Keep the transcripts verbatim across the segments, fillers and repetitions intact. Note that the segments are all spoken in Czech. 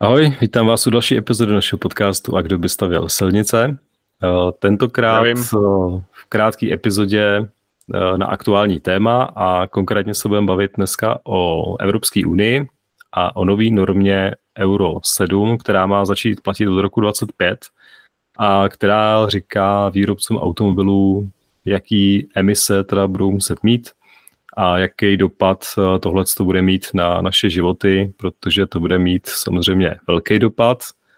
Ahoj, vítám vás u další epizody našeho podcastu A kdo by stavěl silnice. Tentokrát Zdravím. V krátké epizodě na aktuální téma a konkrétně se budeme bavit dneska o Evropské unii a o nový normě Euro sedm, která má začít platit od roku dvacet pět a která říká výrobcům automobilů, jaký emise teda budou muset mít a jaký dopad tohle to bude mít na naše životy, protože to bude mít samozřejmě velký dopad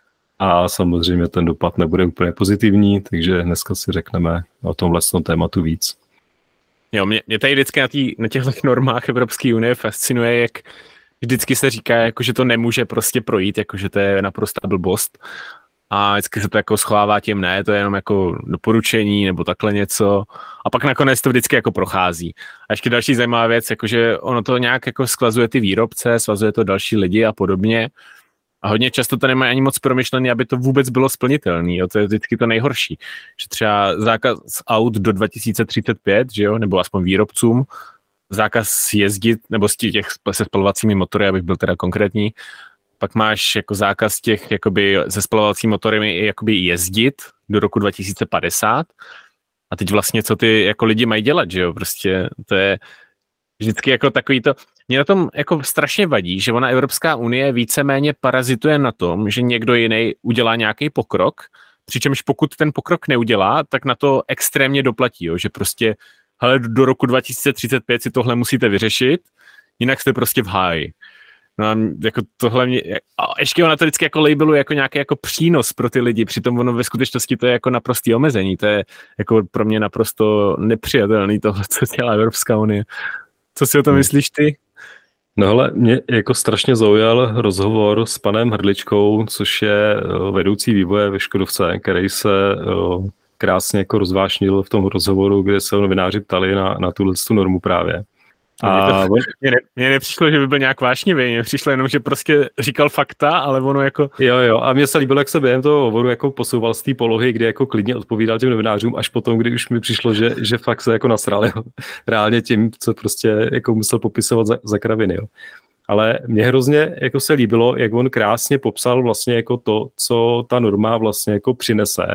a samozřejmě ten dopad nebude úplně pozitivní, takže dneska si řekneme o tomhle tématu víc. Jo, mě, mě tady vždycky na, tý, na těchto normách Evropské unie fascinuje, jak vždycky se říká, jako, že to nemůže prostě projít, jako, že to je naprostá blbost. A vždycky se to jako schovává tím, ne, to je jenom jako doporučení nebo takhle něco. A pak nakonec to vždycky jako prochází. A ještě další zajímavá věc, jakože ono to nějak jako sklazuje ty výrobce, svazuje to další lidi a podobně. A hodně často to nemá ani moc promyšlený, aby to vůbec bylo splnitelné. To je vždycky to nejhorší. Že třeba zákaz aut do dva tisíce třicet pět, že jo, nebo aspoň výrobcům, zákaz jezdit, nebo s těch se spalovacími motory, abych byl teda konkrétní. Pak máš jako zákaz těch jakoby se spalovacími motory jakoby jezdit do roku dva tisíce padesát. A teď vlastně co ty jako lidi mají dělat, že jo? Prostě to je vždycky jako takový to. Mě na tom jako strašně vadí, že ona Evropská unie víceméně parazituje na tom, že někdo jiný udělá nějaký pokrok, přičemž pokud ten pokrok neudělá, tak na to extrémně doplatí, jo? Že prostě hele, do roku dva tisíce třicet pět si tohle musíte vyřešit, jinak jste prostě v háji. No a jako tohle mě, a ještě ona to vždycky jako labeluje jako nějaký jako přínos pro ty lidi, přitom ono ve skutečnosti to je jako naprostý omezení, to je jako pro mě naprosto nepřijatelný tohle, co dělá Evropská unie. Co si o tom hmm. myslíš ty? No hele, mě jako strašně zaujal rozhovor s panem Hrdličkou, což je vedoucí vývoje ve Škodovce, který se krásně jako rozvášnil v tom rozhovoru, kde se novináři ptali na, na tuhle normu právě. A to, mě, ne, mě nepřišlo, že by byl nějak vášnivý, mně přišlo jenom, že prostě říkal fakta, ale ono jako... Jo, jo, a mně se líbilo, jak se během toho hovoru jako posouval z té polohy, kdy jako klidně odpovídal těm novinářům, až potom, kdy už mi přišlo, že, že fakt se jako nasral, jo. Reálně tím, co prostě jako musel popisovat za, za kraviny, jo. Ale mně hrozně jako se líbilo, jak on krásně popsal vlastně jako to, co ta norma vlastně jako přinese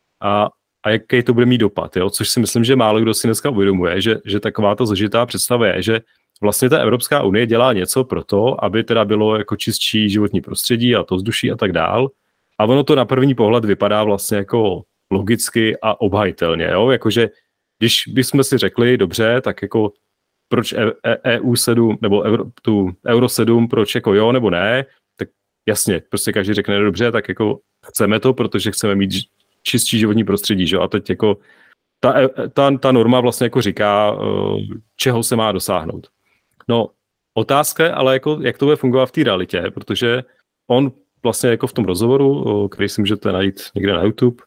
a a jaký to bude mít dopad, jo? Což si myslím, že málo kdo si dneska uvědomuje, že, že taková ta zažitá představa je, že vlastně ta Evropská unie dělá něco pro to, aby teda bylo jako čistší životní prostředí a to vzduší a tak dál. A ono to na první pohled vypadá vlastně jako logicky a obhajitelně, jo? Jakože když bychom si řekli, dobře, tak jako proč E U sedm nebo Euro, tu Euro sedm, proč jako jo nebo ne, tak jasně, prostě každý řekne, dobře, tak jako chceme to, protože chceme mít čistší životní prostředí, že? A teď jako ta, ta, ta norma vlastně jako říká, čeho se má dosáhnout. No, otázka je, ale jako, jak to bude fungovat v té realitě, protože on vlastně jako v tom rozhovoru, který si můžete najít někde na YouTube,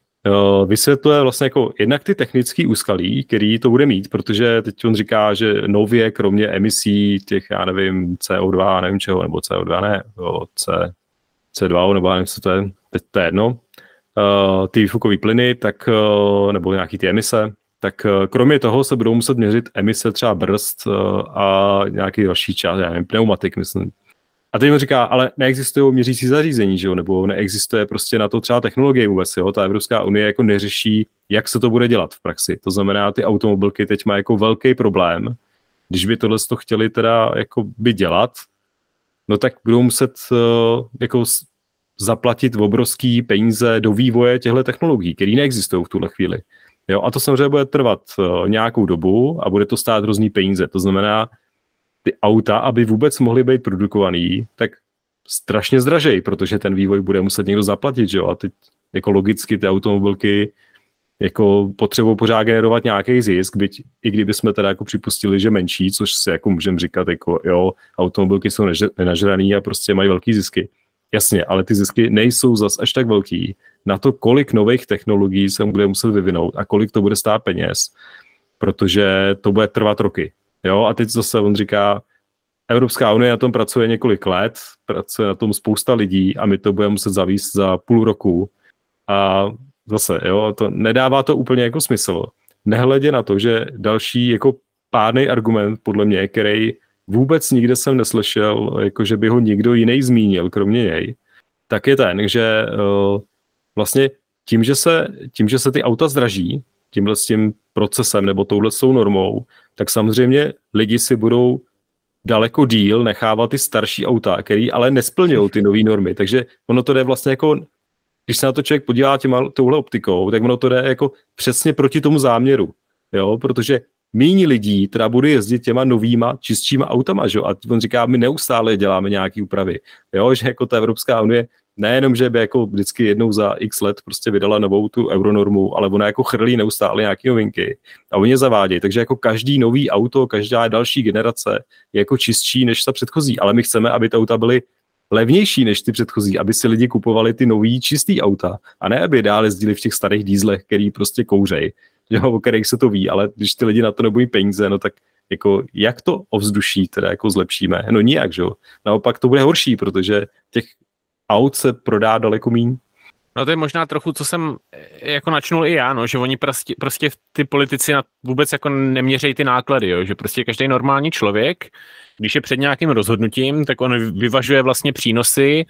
vysvětluje vlastně jako jednak ty technické úskalí, který to bude mít, protože teď on říká, že nově kromě emisí těch, já nevím, C O dva, nevím čeho, nebo C O dva, ne, C, C2, nebo nevím, co to je, teď to je jedno, Uh, ty výfukové plyny, tak, uh, nebo nějaký ty emise, tak uh, kromě toho se budou muset měřit emise třeba brzd uh, a nějaký další část, já nevím, pneumatik, myslím. A teď mi říká, ale neexistují měřící zařízení, že jo, nebo neexistuje prostě na to třeba technologie vůbec, jo, ta Evropská unie jako neřeší, jak se to bude dělat v praxi. To znamená, ty automobilky teď mají jako velký problém, když by tohle to chtěli teda jako by dělat, no tak budou muset uh, jako zaplatit obrovský peníze do vývoje těchto technologií, které neexistují v tuhle chvíli. Jo, a to samozřejmě bude trvat uh, nějakou dobu a bude to stát hrozný peníze. To znamená, ty auta, aby vůbec mohly být produkovaný, tak strašně zdražej, protože ten vývoj bude muset někdo zaplatit, že jo? A teď jako logicky ty automobilky jako potřebují pořád generovat nějaký zisk, byť i kdyby jsme teda jako připustili, že menší, což si jako můžeme říkat, jako jo, automobilky jsou nenažraný a prostě mají velký zisky. Jasně, ale ty zisky nejsou zas až tak velký na to, kolik nových technologií se bude muset vyvinout a kolik to bude stát peněz, protože to bude trvat roky. Jo? A teď zase on říká, Evropská unie na tom pracuje několik let, pracuje na tom spousta lidí a my to budeme muset zavíst za půl roku. A zase, jo, to nedává to úplně jako smysl. Nehledě na to, že další jako pádnej argument, podle mě, který vůbec nikde jsem neslyšel, jako že by ho nikdo jiný zmínil, kromě něj, tak je ten, že uh, vlastně tím že, se, tím, že se ty auta zdraží, tímhle s tím procesem nebo touhle s tou normou, tak samozřejmě lidi si budou daleko díl nechávat ty starší auta, který ale nesplňují ty nové normy. Takže ono to jde vlastně jako, když se na to člověk podívá těma, touhle optikou, tak ono to jde jako přesně proti tomu záměru. Jo? Protože míň lidí teda bude jezdit těma novýma, čistšíma autama, že? A on říká, my neustále děláme nějaké úpravy. Jo? Že jako ta Evropská unie nejenom, že by jako vždycky jednou za x let prostě vydala novou tu euronormu, ale ona jako chrlí neustále nějaké novinky a oni je zavádějí. Takže jako každý nový auto, každá další generace je jako čistší než ta předchozí, ale my chceme, aby ty auta byly levnější než ty předchozí, aby si lidi kupovali ty nový čistý auta a ne, aby dál jezdili v těch starých dýzlech, který prostě kouřej, jo, o kterých se to ví, ale když ty lidi na to nebojí peníze, no tak jako jak to ovzduší teda jako zlepšíme? No nijak, že jo. Naopak to bude horší, protože těch aut se prodá daleko míň. No to je možná trochu, co jsem jako načnul i já, no, že oni prostě, prostě ty politici vůbec jako neměřejí ty náklady, jo, že prostě každý normální člověk, když je před nějakým rozhodnutím, tak on vyvažuje vlastně přínosy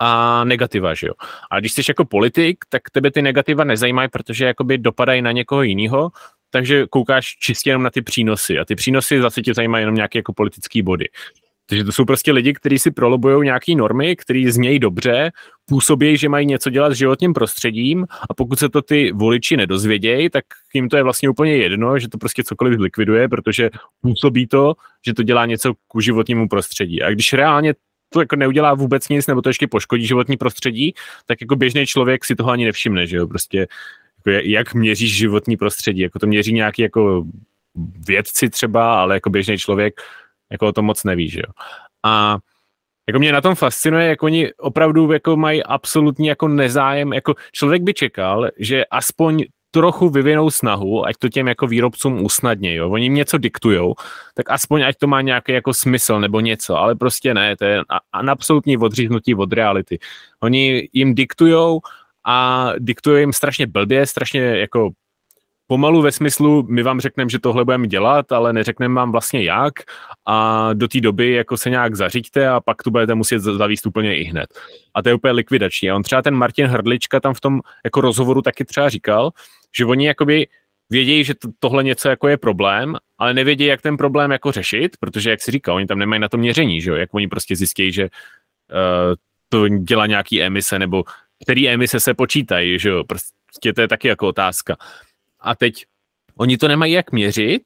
a negativa, že jo. A když jsi jako politik, tak tebe ty negativa nezajímají, protože jakoby dopadají na někoho jiného, takže koukáš čistě jenom na ty přínosy a ty přínosy zase tě zajímají jenom nějaké jako politické body. Takže to jsou prostě lidi, kteří si prolobujou nějaké normy, které znějí dobře, působí, že mají něco dělat s životním prostředím a pokud se to ty voliči nedozvědějí, tak jim to je vlastně úplně jedno, že to prostě cokoliv likviduje, protože působí to, že to dělá něco k životnímu prostředí. A když reálně to jako neudělá vůbec nic, nebo to ještě poškodí životní prostředí, tak jako běžný člověk si toho ani nevšimne, že jo, prostě jako jak měříš životní prostředí, jako to měří nějaký jako vědci třeba, ale jako běžný člověk jako o tom moc neví, že jo. A jako mě na tom fascinuje, jak oni opravdu jako mají absolutní jako nezájem, jako člověk by čekal, že aspoň trochu vyvinou snahu, ať to těm jako výrobcům usnadně, jo. Oni jim něco diktujou, tak aspoň ať to má nějaký jako smysl nebo něco, ale prostě ne, to je a, a absolutní odříznutí od reality. Oni jim diktujou a diktují jim strašně blbě, strašně jako pomalu ve smyslu, my vám řekneme, že tohle budeme dělat, ale neřekneme vám vlastně jak a do té doby jako se nějak zařiďte a pak tu budete muset zavíst úplně i hned. A to je úplně likvidační. A on třeba ten Martin Hrdlička tam v tom jako rozhovoru taky třeba říkal, že oni jakoby vědějí, že to, tohle něco jako je problém, ale nevědějí, jak ten problém jako řešit, protože jak si říkal, oni tam nemají na to měření, že jo, jak oni prostě zjistí, že uh, to dělá nějaký emise, nebo který emise se počítají, že jo, prostě to je taky jako otázka. A teď oni to nemají jak měřit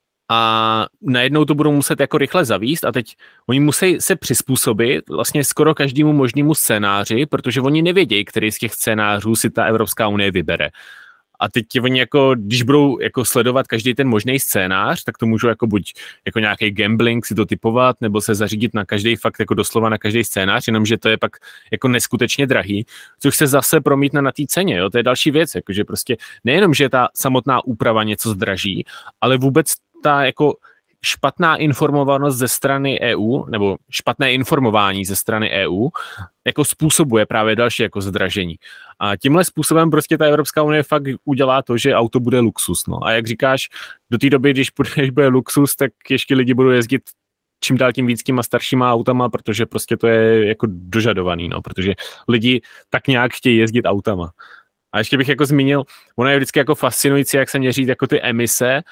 a najednou to budou muset jako rychle zavíst a teď oni musí se přizpůsobit vlastně skoro každému možnému scénáři, protože oni nevědějí, který z těch scénářů si ta Evropská unie vybere. A teď oni jako, když budou jako sledovat každý ten možný scénář, tak to můžou jako buď jako nějaký gambling si to typovat, nebo se zařídit na každý fakt jako doslova na každý scénář, jenomže to je pak jako neskutečně drahý, což se zase promítne na té ceně, jo, to je další věc, jakože prostě nejenom, že ta samotná úprava něco zdraží, ale vůbec ta jako špatná informovanost ze strany E U, nebo špatné informování ze strany E U, jako způsobuje právě další jako zdražení. A tímhle způsobem prostě ta Evropská unie fakt udělá to, že auto bude luxus. No. A jak říkáš, do té doby, když bude, bude luxus, tak ještě lidi budou jezdit čím dál tím víc těma staršíma autama, protože prostě to je jako dožadovaný, no, protože lidi tak nějak chtějí jezdit autama. A ještě bych jako zmínil, ono je vždycky jako fascinující, jak se měří jako ty emise,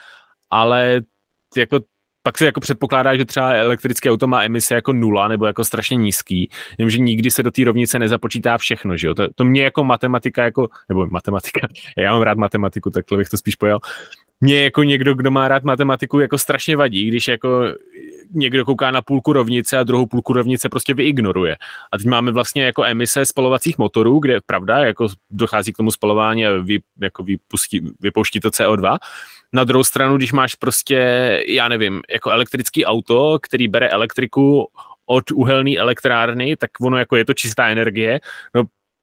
ale jako pak se jako předpokládá, že třeba elektrické auto má emise jako nula nebo jako strašně nízký, jenomže nikdy se do té rovnice nezapočítá všechno, že jo. To, to mě jako matematika jako, nebo matematika, já mám rád matematiku, takhle bych to spíš pojal. Mě jako někdo, kdo má rád matematiku, jako strašně vadí, když jako někdo kouká na půlku rovnice a druhou půlku rovnice prostě vyignoruje. A teď máme vlastně jako emise spalovacích motorů, kde pravda, jako dochází k tomu spalování a vy, jako vypustí, vypouští to C O dva. Na druhou stranu, když máš prostě, já nevím, jako elektrický auto, který bere elektriku od uhelné elektrárny, tak ono jako je to čistá energie. No,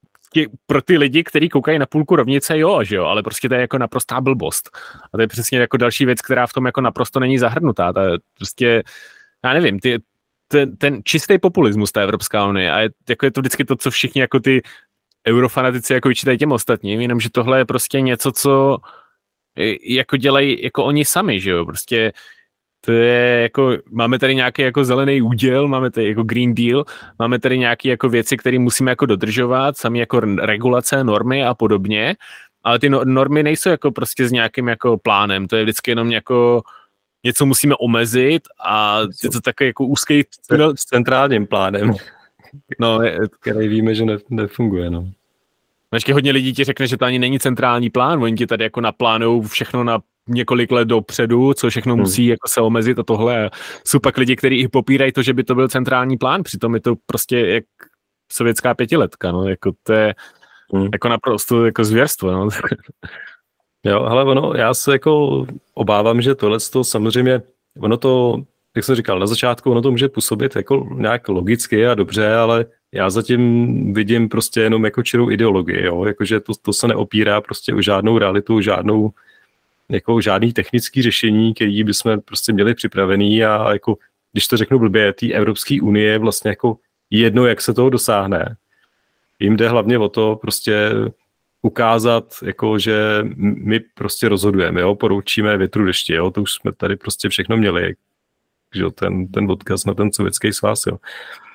pro ty lidi, kteří koukají na půlku rovnice, jo, že jo, ale prostě to je jako naprostá blbost. A to je přesně jako další věc, která v tom jako naprosto není zahrnutá. To je prostě, já nevím, ty, ten, ten čistý populismus ta Evropská unie a je, jako je to vždycky to, co všichni jako ty eurofanatici jako vyčítají těm ostatním, jenomže tohle je prostě něco, co jako dělají jako oni sami, že jo, prostě To je jako, máme tady nějaký jako zelený úděl, máme tady jako Green Deal, máme tady nějaké jako věci, které musíme jako dodržovat, sami jako regulace, normy a podobně, ale ty normy nejsou jako prostě s nějakým jako plánem, to je vždycky jenom jako něco musíme omezit a je to takový jako úzký tunel s centrálním plánem, no, který víme, že ne, nefunguje, no. Ještě hodně lidí ti řekne, že to ani není centrální plán, oni ti tady jako naplánujou všechno na několik let dopředu, co všechno hmm. musí jako se omezit a tohle. Jsou pak lidi, kteří i popírají to, že by to byl centrální plán, přitom je to prostě jak sovětská pětiletka, no, jako to je hmm. jako naprosto jako zvěrstvo, no. Jo, ale ono, já se jako obávám, že tohle to samozřejmě, ono to, jak jsem říkal, na začátku ono to může působit jako nějak logicky a dobře, ale já zatím vidím prostě jenom jako čirou ideologii, jo, jakože to, to se neopírá prostě o žádnou realitu, žádnou, jako žádný technický řešení, který bychom prostě měli připravený a jako, když to řeknu blbě, té Evropské unie je vlastně jako jedno, jak se toho dosáhne. Jim jde hlavně o to prostě ukázat, jako, že my prostě rozhodujeme, jo, poroučíme větru dešti, jo, to už jsme tady prostě všechno měli, že ten, ten odkaz na ten sovětský svaz, jo.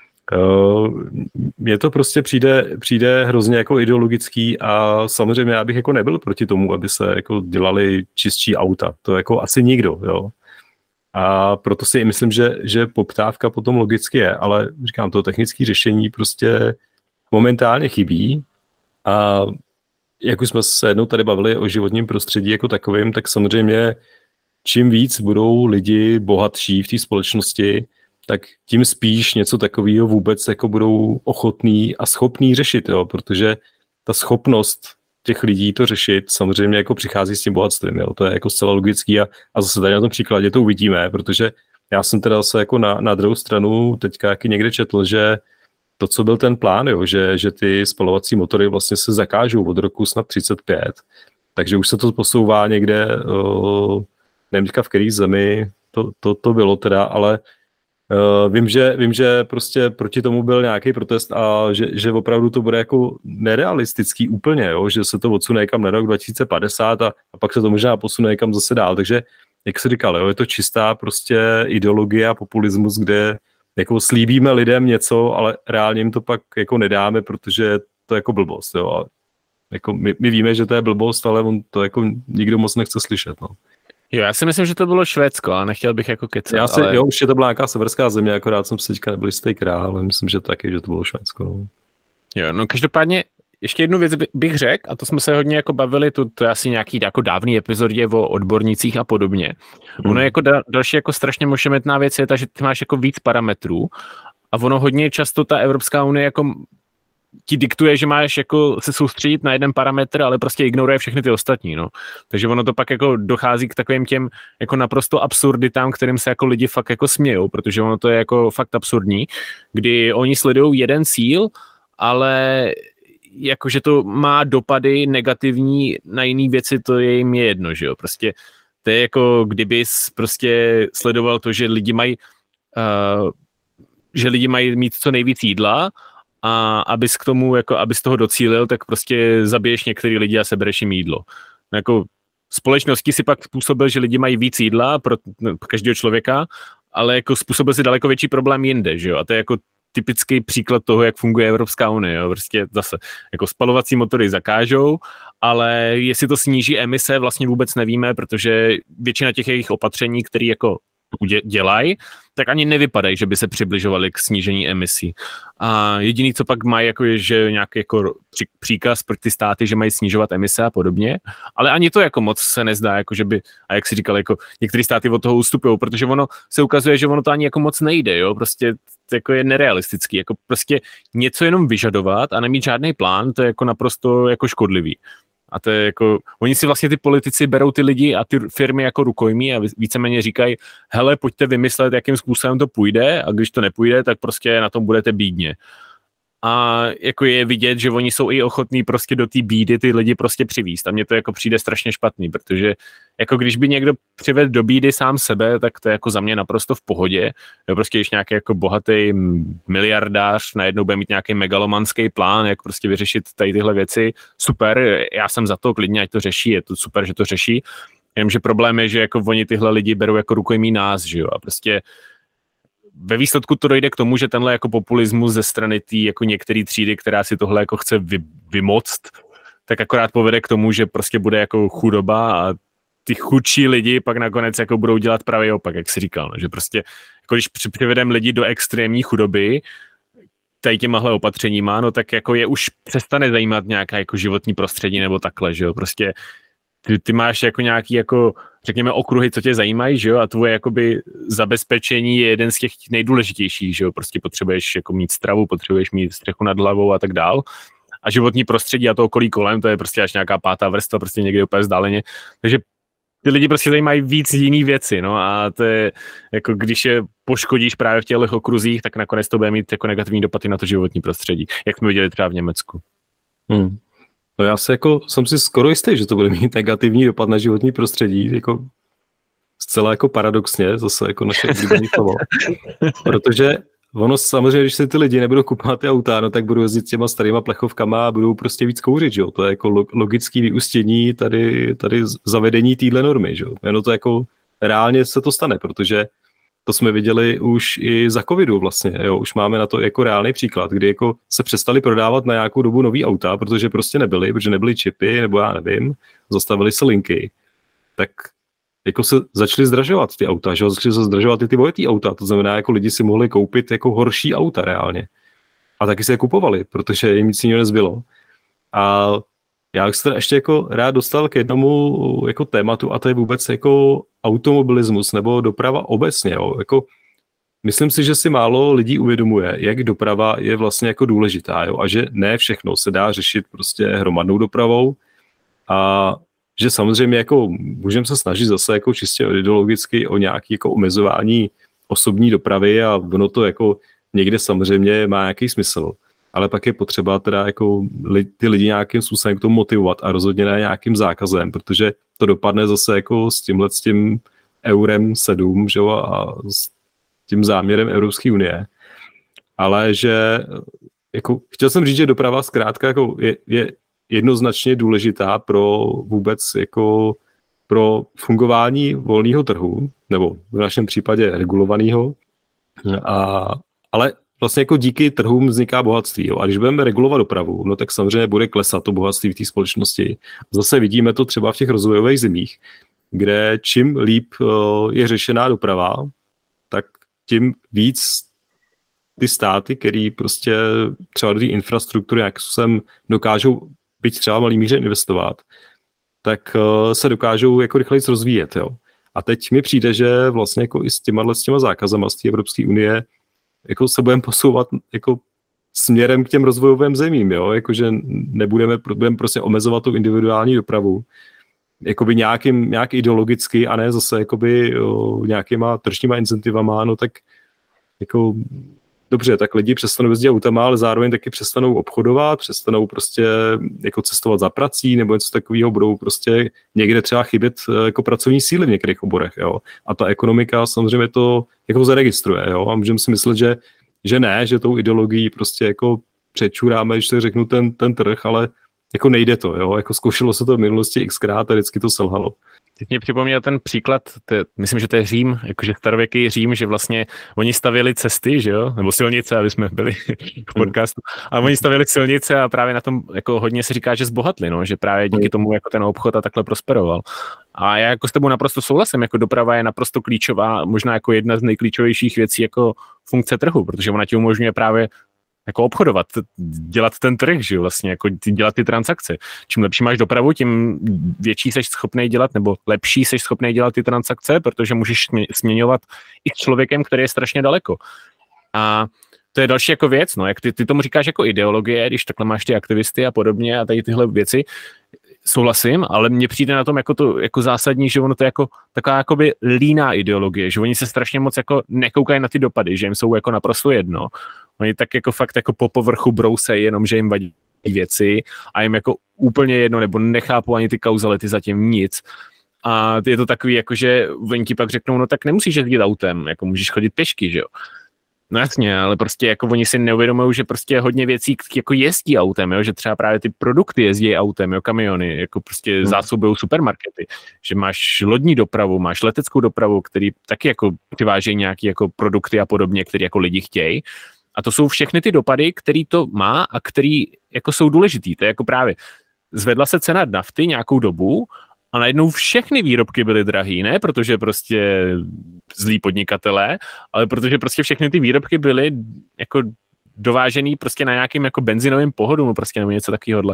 Mně to prostě přijde, přijde hrozně jako ideologický a samozřejmě já bych jako nebyl proti tomu, aby se jako dělali čistší auta. To jako asi nikdo, jo. A proto si myslím, že, že poptávka potom logicky je, ale říkám, to technické řešení prostě momentálně chybí a jak už jsme se jednou tady bavili o životním prostředí jako takovým, tak samozřejmě čím víc budou lidi bohatší v té společnosti, tak tím spíš něco takového vůbec jako budou ochotní a schopní řešit, jo, protože ta schopnost těch lidí to řešit samozřejmě jako přichází s tím bohatstvím, jo, to je jako zcela logický a, a zase tady na tom příkladě to uvidíme, protože já jsem teda zase jako na, na druhou stranu teďka jaký někde četl, že to, co byl ten plán, jo, že, že ty spalovací motory vlastně se zakážou od roku snad třicet pět, takže už se to posouvá někde, o, nevím v který zemi to, to, to bylo teda, ale Uh, vím, že, vím, že prostě proti tomu byl nějaký protest a že, že opravdu to bude jako nerealistický úplně, jo? Že se to odsune někam na rok dva tisíce padesát a, a pak se to možná posune někam zase dál, takže jak se říkal, jo, je to čistá prostě ideologie a populismus, kde jako slíbíme lidem něco, ale reálně jim to pak jako nedáme, protože to je jako blbost, jo? A jako my, my víme, že to je blbost, ale on to jako nikdo moc nechce slyšet, no. Jo, já si myslím, že to bylo Švédsko a nechtěl bych jako kecat, já si, ale... Jo, už je to byla nějaká severská země, akorát jsem si teďka nebyl jistý král, ale myslím, že taky, že to bylo Švédsko. No. Jo, no každopádně ještě jednu věc bych řekl, a to jsme se hodně jako bavili, to, to je asi nějaký jako dávný epizodě o odbornicích a podobně. Hmm. Ono jako da, další jako strašně mošemetná věc je ta, že ty máš jako víc parametrů a ono hodně často ta Evropská unie jako ti diktuje, že máš jako se soustředit na jeden parametr, ale prostě ignoruje všechny ty ostatní, no. Takže ono to pak jako dochází k takovým těm jako naprosto absurditám, kterým se jako lidi fakt jako smějou, protože ono to je jako fakt absurdní, kdy oni sledují jeden cíl, ale jakože to má dopady negativní na jiné věci, to je jim je jedno, že jo. Prostě to je jako kdybys prostě sledoval to, že lidi mají uh, že lidi mají mít co nejvíc jídla a abys k tomu, jako abys toho docílil, tak prostě zabiješ některý lidi a sebereš jim jídlo. Jako společnosti si pak způsobil, že lidi mají víc jídla pro každého člověka, ale jako způsobil si daleko větší problém jinde, že jo? A to je jako typický příklad toho, jak funguje Evropská unie, jo? Prostě zase jako spalovací motory zakážou, ale jestli to sníží emise, vlastně vůbec nevíme, protože většina těch jejich opatření, které jako dělají, tak ani nevypadají, že by se přibližovali k snížení emisí. A jediný, co pak mají, jako je, že nějaký jako příkaz pro ty státy, že mají snižovat emise a podobně, ale ani to jako moc se nezdá, jako že by, a jak si říkal, jako některé státy od toho ustupují, protože ono se ukazuje, že ono to ani jako moc nejde, jo, prostě to jako je nerealistický, jako prostě něco jenom vyžadovat a nemít žádný plán, to je jako naprosto jako škodlivý. A to je jako, oni si vlastně ty politici berou ty lidi a ty firmy jako rukojmí a víceméně říkají, hele, pojďte vymyslet, jakým způsobem to půjde a když to nepůjde, tak prostě na tom budete bídně. A jako je vidět, že oni jsou i ochotní prostě do té bídy ty lidi prostě přivízt. A mně to jako přijde strašně špatný, protože jako když by někdo přivedl do bídy sám sebe, tak to je jako za mě naprosto v pohodě. Jo, prostě když nějaký jako bohatý miliardář najednou bude mít nějaký megalomanský plán, jak prostě vyřešit tady tyhle věci, super, já jsem za to, klidně ať to řeší, je to super, že to řeší. Jenomže problém je, že jako oni tyhle lidi berou jako rukojmí nás, že jo, a prostě ve výsledku to dojde k tomu, že tenhle jako populismus ze strany té jako některé třídy, která si tohle jako chce vy, vymoct, tak akorát povede k tomu, že prostě bude jako chudoba a ty chudší lidi pak nakonec jako budou dělat pravý opak, jak jsi říkal, no, že prostě jako když přivedeme lidi do extrémní chudoby tady těmahle opatřeníma, no tak jako je už přestane zajímat nějaká jako životní prostředí nebo takhle, že jo, prostě ty, ty máš jako nějaký jako, řekněme, okruhy, co tě zajímají, že jo, a tvoje jakoby zabezpečení je jeden z těch nejdůležitějších, že jo, prostě potřebuješ jako mít stravu, potřebuješ mít střechu nad hlavou a tak dál. A životní prostředí a to okolí kolem, to je prostě až nějaká pátá vrstva, prostě někde úplně vzdáleně. Takže ty lidi prostě zajímají víc jiný věci, no a to je, jako když je poškodíš právě v těchto okruzích, tak nakonec to bude mít jako negativní dopady na to životní prostředí, jak jsme viděli třeba v Německu. Hmm. No já se jako, jsem si skoro jistý, že to bude mít negativní dopad na životní prostředí, jako zcela jako paradoxně, zase jako naše oblíbené slovo, protože ono samozřejmě, když se ty lidi nebudou kupovat ty auta, no tak budou jezdit těma starýma plechovkama a budou prostě víc kouřit, že jo, to je jako logický vyústění tady, tady zavedení téhle normy, že jo, jenom to jako reálně se to stane, protože to jsme viděli už i za covidu vlastně, jo, už máme na to jako reálný příklad, kdy jako se přestali prodávat na nějakou dobu nový auta, protože prostě nebyly, protože nebyly čipy, nebo já nevím, zastavily se linky, tak jako se začaly zdražovat ty auta, že jo, začaly se zdražovat i ty vojetý auta, to znamená, jako lidi si mohli koupit jako horší auta reálně. A taky se je kupovali, protože jim nic jiného nezbylo. A já bych se teda ještě jako rád dostal k jednomu jako tématu, a to je vůbec jako automobilismus nebo doprava obecně, jo. Jako, myslím si, že si málo lidí uvědomuje, jak doprava je vlastně jako důležitá, jo, a že ne všechno se dá řešit prostě hromadnou dopravou a že samozřejmě jako můžeme se snažit zase jako čistě ideologicky o nějaké jako omezování osobní dopravy a ono to jako někde samozřejmě má nějaký smysl, ale pak je potřeba teda jako ty lidi nějakým způsobem k tomu motivovat a rozhodně ne nějakým zákazem, protože to dopadne zase jako s tímhle s tím eurem sedm, že jo, a s tím záměrem Evropské unie. Ale že jako chtěl jsem říct, že doprava zkrátka jako je, je jednoznačně důležitá pro vůbec jako pro fungování volného trhu, nebo v našem případě regulovaného, a, ale vlastně jako díky trhům vzniká bohatství. Jo. A když budeme regulovat dopravu, no tak samozřejmě bude klesat to bohatství v té společnosti. Zase vidíme to třeba v těch rozvojových zemích, kde čím líp je řešená doprava, tak tím víc ty státy, který prostě třeba do té infrastruktury nějakým způsobem dokážou byť třeba malý míře investovat, tak uh, se dokážou jako rychleji rozvíjet. Jo. A teď mi přijde, že vlastně jako i s těma, s těma zákazama z té Evropské unie jako se budeme posouvat jako směrem k těm rozvojovým zemím, jo. Jako, že nebudeme budeme prostě omezovat tu individuální dopravu jakoby nějakým, nějak ideologicky a ne zase jakoby jo, nějakýma tržníma incentivama, no tak jako dobře, tak lidi přestanou jezdit autama, ale zároveň taky přestanou obchodovat, přestanou prostě jako cestovat za prací nebo něco takového, budou prostě někde třeba chybět jako pracovní síly v některých oborech, jo. A ta ekonomika samozřejmě to jako zaregistruje, jo. A můžeme si myslet, že, že ne, že tou ideologií prostě jako přečuráme, když to řeknu ten, ten trh, ale jako nejde to, jo. Jako zkoušelo se to v minulosti xkrát a vždycky to selhalo. Teď mě připomněl ten příklad, to je, myslím, že to je Řím, jakože starověký Řím, že vlastně oni stavěli cesty, že jo, nebo silnice, aby jsme byli v podcastu, ale oni stavěli silnice a právě na tom jako hodně se říká, že zbohatli, no, že právě díky tomu jako ten obchod a takhle prosperoval. A já jako s tebou naprosto souhlasím, jako doprava je naprosto klíčová, možná jako jedna z nejklíčovějších věcí jako funkce trhu, protože ona ti umožňuje právě jako obchodovat, dělat ten trh, že jo, vlastně, jako dělat ty transakce. Čím lepší máš dopravu, tím větší seš schopný dělat, nebo lepší seš schopný dělat ty transakce, protože můžeš směňovat i s člověkem, který je strašně daleko. A to je další jako věc, no, jak ty, ty tomu říkáš jako ideologie, když takhle máš ty aktivisty a podobně a tady tyhle věci, souhlasím, ale mně přijde na tom jako to jako zásadní, že ono to je jako taková jakoby líná ideologie, že oni se strašně moc jako nekoukají na ty dopady, že jim jsou jako naprosto jedno. Oni tak jako fakt jako po povrchu brousejí, jenom že jim vadí věci a jim jako úplně jedno, nebo nechápou ani ty kauzality zatím nic. A je to takový jako, že oni ti pak řeknou, no tak nemusíš jezdit autem, jako můžeš chodit pěšky, že jo. No jasně, ale prostě jako oni si neuvědomují, že prostě hodně věcí jako jezdí autem, jo? Že třeba právě ty produkty jezdí autem, jo? Kamiony, jako prostě hmm. zásobují supermarkety, že máš lodní dopravu, máš leteckou dopravu, který taky jako přivážejí nějaké jako produkty a podobně, které jako lidi chtějí. A to jsou všechny ty dopady, který to má a který jako jsou důležitý. To je jako právě zvedla se cena nafty nějakou dobu a najednou všechny výrobky byly drahý, ne protože prostě zlí podnikatelé, ale protože prostě všechny ty výrobky byly jako dovážený prostě na nějakým jako benzinovým pohodu, prostě nebo něco takového.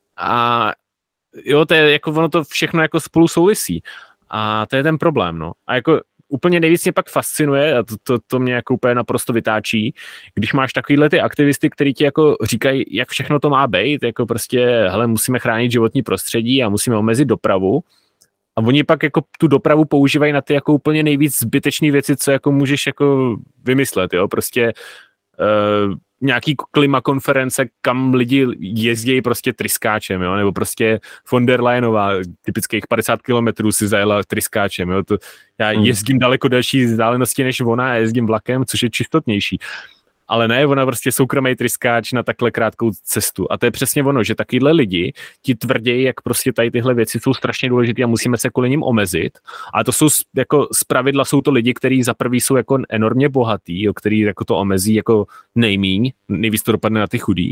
A jo, to je jako ono to všechno jako spolu souvisí. A to je ten problém, no. A jako úplně nejvíc mě pak fascinuje, a to, to, to mě jako úplně naprosto vytáčí, když máš takovýhle ty aktivisty, kteří ti jako říkají, jak všechno to má být, jako prostě, hele, musíme chránit životní prostředí a musíme omezit dopravu. A oni pak jako tu dopravu používají na ty jako úplně nejvíc zbytečné věci, co jako můžeš jako vymyslet, jo, prostě uh, nějaký klimakonference, kam lidi jezdí prostě tryskáčem, jo, nebo prostě von der Leyenová, typických padesát kilometrů si zajela tryskáčem, jo, to já jezdím daleko delší vzdálenosti než ona a jezdím vlakem, což je čistotnější. Ale ne, ona prostě soukromý tryskáč na takhle krátkou cestu. A to je přesně ono, že takovýhle lidi ti tvrdí, jak prostě tady tyhle věci jsou strašně důležité a musíme se kvůli nim omezit. A to jsou jako zpravidla jsou to lidi, kteří za prvý jsou jako enormně bohatý, jo, který jako to omezí jako nejmíň, nejvíc to dopadne na ty chudý.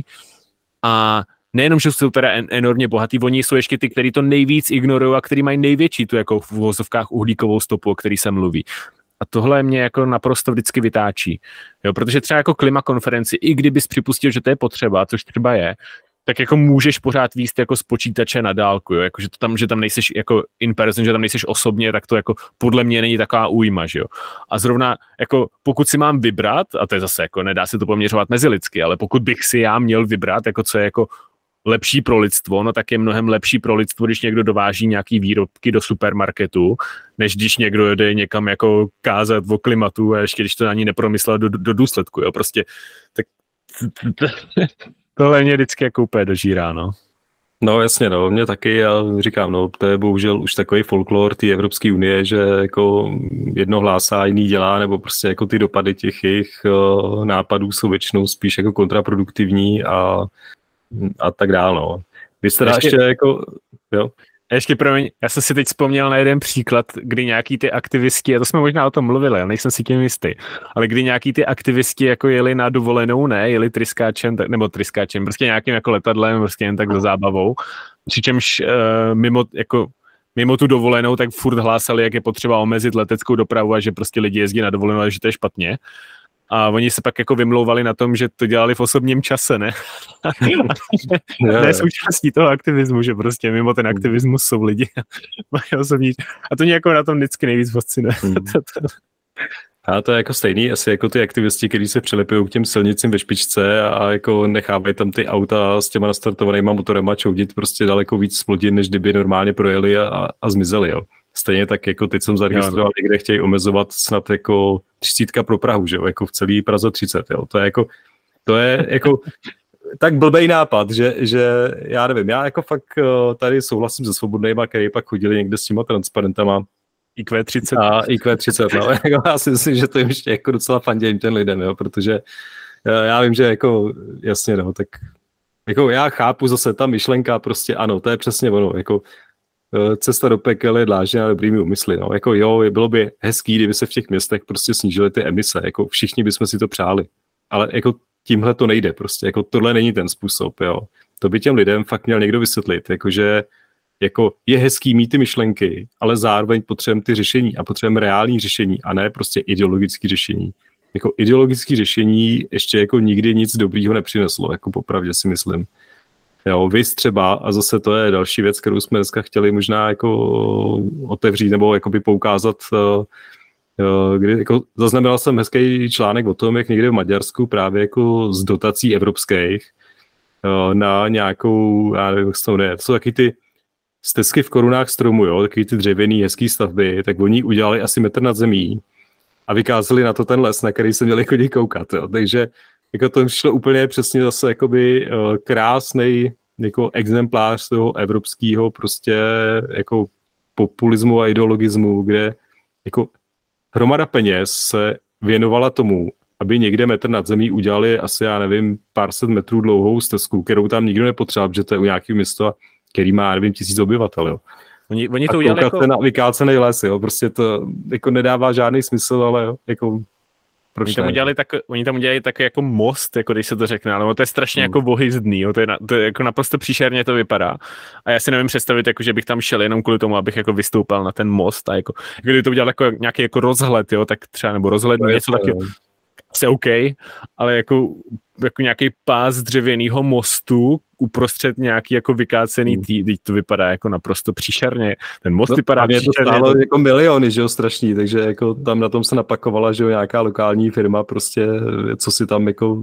A nejenom, že jsou teda enormně bohatý, oni jsou ještě ty, kteří to nejvíc ignorují a kteří mají největší tu jako v uvozovkách uhlíkovou stopu, o který se mluví. A tohle mě jako naprosto vždycky vytáčí. Jo, protože třeba jako klimakonferenci, i kdybys připustil, že to je potřeba, což třeba je, tak jako můžeš pořád výst jako z počítače na dálku, jo, jako že, to tam, že tam nejseš jako in person, že tam nejseš osobně, tak to jako podle mě není taková újma, že jo. A zrovna jako pokud si mám vybrat, a to je zase jako nedá se to poměřovat mezi lidsky, ale pokud bych si já měl vybrat, jako co je jako lepší pro lidstvo, no tak je mnohem lepší pro lidstvo, když někdo dováží nějaký výrobky do supermarketu, než když někdo jde někam jako kázat o klimatu a ještě když to ani nepromyslel do, do důsledku, jo, prostě tak tohle mě vždycky jako úplně dožírá, no. No jasně, no, mě taky, já říkám, no, to je bohužel už takový folklor té Evropské unie, že jako jedno hlásá, jiný dělá, nebo prostě jako ty dopady těch jejich uh, nápadů jsou většinou spíš jako kontraproduktivní a a tak dál, no. Vy jste ještě, ještě jako, jo? Ještě promiň, já jsem si teď vzpomněl na jeden příklad, kdy nějaký ty aktivisti, a to jsme možná o tom mluvili, ale nejsem si tím jistý, ale kdy nějaký ty aktivisti jako jeli na dovolenou, ne, jeli tryskáčem, nebo tryskáčem, prostě nějakým jako letadlem, prostě jen tak za zábavou, přičemž uh, mimo, jako, mimo tu dovolenou, tak furt hlásali, jak je potřeba omezit leteckou dopravu a že prostě lidi jezdí na dovolenou a že to je špatně. A oni se pak jako vymlouvali na tom, že to dělali v osobním čase, ne? Ne součástí toho aktivismu, že prostě mimo ten aktivismus jsou lidi. Osobní... A to mě jako na tom vždycky nejvíc fascinuje. A to je jako stejný, asi jako ty aktivisti, kteří se přilepují k těm silnicím ve špičce a jako nechávají tam ty auta s těma nastartovanýma motorema čoudit prostě daleko víc splodin, než kdyby normálně projeli a, a zmizeli, jo. Stejně tak jako teď jsem zaregistroval, kde chtějí omezovat snad jako třicítka pro Prahu, že jo, jako v celý Praze třicet, jo. To je jako, to je jako tak blbej nápad, že, že já nevím, já jako fakt tady souhlasím se svobodnejma, který pak chodili někde s těma transparentama. I Q třicet. A I Q třicet, no. Já si myslím, že to je ještě jako docela fandějím ten lidem, jo, protože já vím, že jako jasně, no, tak jako já chápu zase ta myšlenka, prostě ano, to je přesně ono, jako cesta do pekel je dlážděna dobrými úmysly, no, jako jo, bylo by hezký, kdyby se v těch městech prostě snížily ty emise, jako všichni bychom si to přáli, ale jako tímhle to nejde prostě, jako tohle není ten způsob, jo, to by těm lidem fakt měl někdo vysvětlit, jakože jako je hezký mít ty myšlenky, ale zároveň potřebujeme ty řešení a potřebujeme reální řešení a ne prostě ideologické řešení. Jako ideologické řešení ještě jako nikdy nic dobrýho nepřineslo, jako popravdě si myslím. Jo, vys třeba, a zase to je další věc, kterou jsme dneska chtěli možná jako otevřít nebo jakoby poukázat, kdy jako zaznamenal jsem hezký článek o tom, jak někde v Maďarsku právě jako z dotací evropských na nějakou, já nevím, jak se to jde, to jsou taky ty stezky v korunách stromu, jo, takový ty dřevěný hezký stavby, tak oni udělali asi metr nad zemí a vykázali na to ten les, na který se měli chodit koukat, jo. Takže jako to šlo úplně přesně zase jakoby krásnej jako exemplář toho evropského prostě jako populismu a ideologismu, kde jako hromada peněz se věnovala tomu, aby někde metr nad zemí udělali asi, já nevím, pár set metrů dlouhou stezku, kterou tam nikdo nepotřeboval, protože to je u nějakého města, který má, nevím, tisíc obyvatel, jo. Oni, oni to udělali jako... na vykácený les, jo, prostě to jako nedává žádný smysl, ale jo, jako... Oni tam, udělali tak, oni tam udělali takový jako most, jako když se to řekne, ale to je strašně hmm. jako bohyzdný, jo, to, je na, to je jako naprosto příšerně to vypadá. A já si nevím představit, jako, že bych tam šel jenom kvůli tomu, abych jako vystoupal na ten most a jako, kdyby to udělal jako nějaký jako rozhled, jo, tak třeba, nebo rozhled, no, něco taky, asi OK, ale jako, jako nějaký pás dřevěnýho mostu uprostřed nějaký jako vykácený hmm. tý, teď to vypadá jako naprosto příšerně. Ten most no, vypadá příšerně. To stálo to... jako miliony, že jo, strašný, takže jako tam na tom se napakovala, že jo, nějaká lokální firma prostě, co si tam jako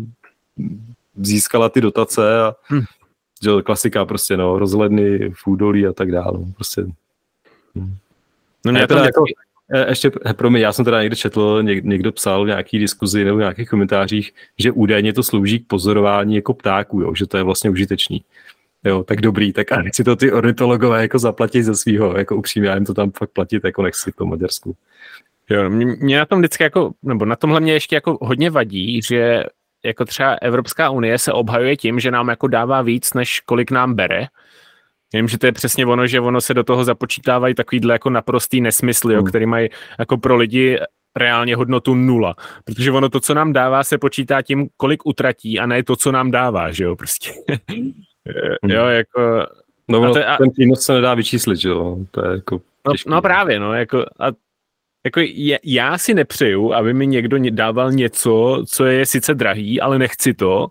získala ty dotace a hmm. že jo, klasika prostě, no, rozhledny v údolí a tak dále, prostě. Hmm. No mě teda jako... Ještě, pro mě, já jsem teda někde četl, někdo psal v nějaký diskuzi nebo v nějakých komentářích, že údajně to slouží k pozorování jako ptáků, jo, že to je vlastně užitečný. Jo, tak dobrý, tak a nechci to ty ornitologové jako zaplatit ze svýho, jako upřímně, já jim to tam fakt platit, jako nechci v tom Maďarsku. Jo, mě, mě na tom vždycky jako, nebo na tomhle mě ještě jako hodně vadí, že jako třeba Evropská unie se obhajuje tím, že nám jako dává víc, než kolik nám bere. Vím, že to je přesně ono, že ono se do toho započítávají takovýhle jako naprostý nesmysly, hmm. který mají jako pro lidi reálně hodnotu nula. Protože ono to, co nám dává, se počítá tím, kolik utratí a ne to, co nám dává, že jo, prostě. hmm. Jo, jako... No, no a... ten přínos se nedá vyčíslit, že jo, to je jako těžký. No, no právě, no, jako... A jako je, já si nepřeju, aby mi někdo dával něco, co je sice drahý, ale nechci to,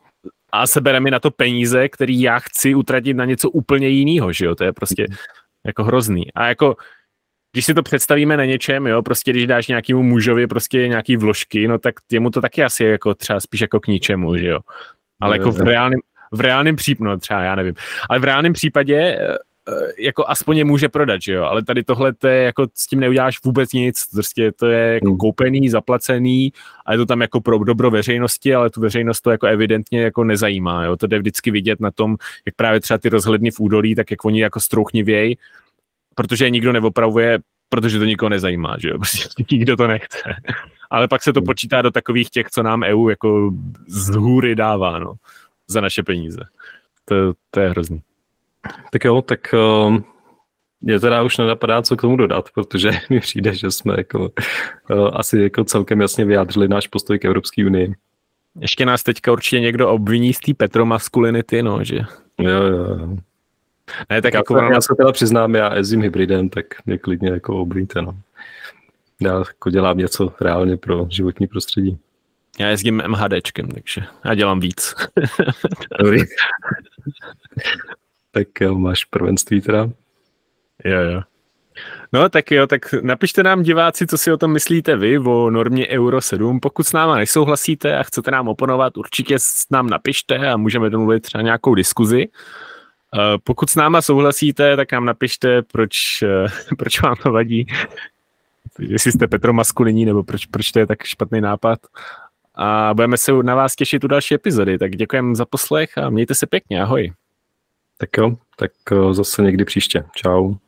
a sebere mi na to peníze, který já chci utratit na něco úplně jiného, že jo, to je prostě jako hrozný. A jako, když si to představíme na něčem, jo, prostě když dáš nějakému mužovi prostě nějaký vložky, no tak jemu to taky asi je jako třeba spíš jako k ničemu, že jo. Ale jako v reálném, v reálném případě, no třeba já nevím, ale v reálném případě jako aspoň je může prodat, že jo, ale tady tohle to je jako s tím neuděláš vůbec nic, prostě to je jako koupený, zaplacený a je to tam jako pro dobro veřejnosti, ale tu veřejnost to jako evidentně jako nezajímá, jo, to jde vždycky vidět na tom, jak právě třeba ty rozhledny v údolí, tak jak oni jako strouchnivějí, protože je nikdo neopravuje, protože to nikoho nezajímá, že jo, prostě nikdo to nechce. Ale pak se to počítá do takových těch, co nám E U jako z hůry dává, no, za naše peníze. To, to je hrozný. Tak jo, tak uh, mě teda už nenapadá, co k tomu dodat, protože mi přijde, že jsme jako, uh, asi jako celkem jasně vyjádřili náš postoj k Evropské unii. Ještě nás teďka určitě někdo obviní z té petromaskulinity, no, že? Jo, jo. Ne, tak já, jako já se teda přiznám, já jezdím hybridem, tak mě klidně jako obviníte, no. Já jako dělám něco reálně pro životní prostředí. Já jezdím MHDčkem, takže já dělám víc. Dobrý. Tak jo, máš prvenství teda. Jo, jo. No tak jo, tak napište nám diváci, co si o tom myslíte vy o normě Euro sedm. Pokud s náma nesouhlasíte a chcete nám oponovat, určitě s nám napište a můžeme domluvit třeba nějakou diskuzi. Pokud s náma souhlasíte, tak nám napište, proč, proč vám to vadí. Jestli jste petromaskulinní, nebo proč, proč to je tak špatný nápad. A budeme se na vás těšit u další epizody. Tak děkujeme za poslech a mějte se pěkně. Ahoj. Tak jo, tak zase někdy příště. Čau.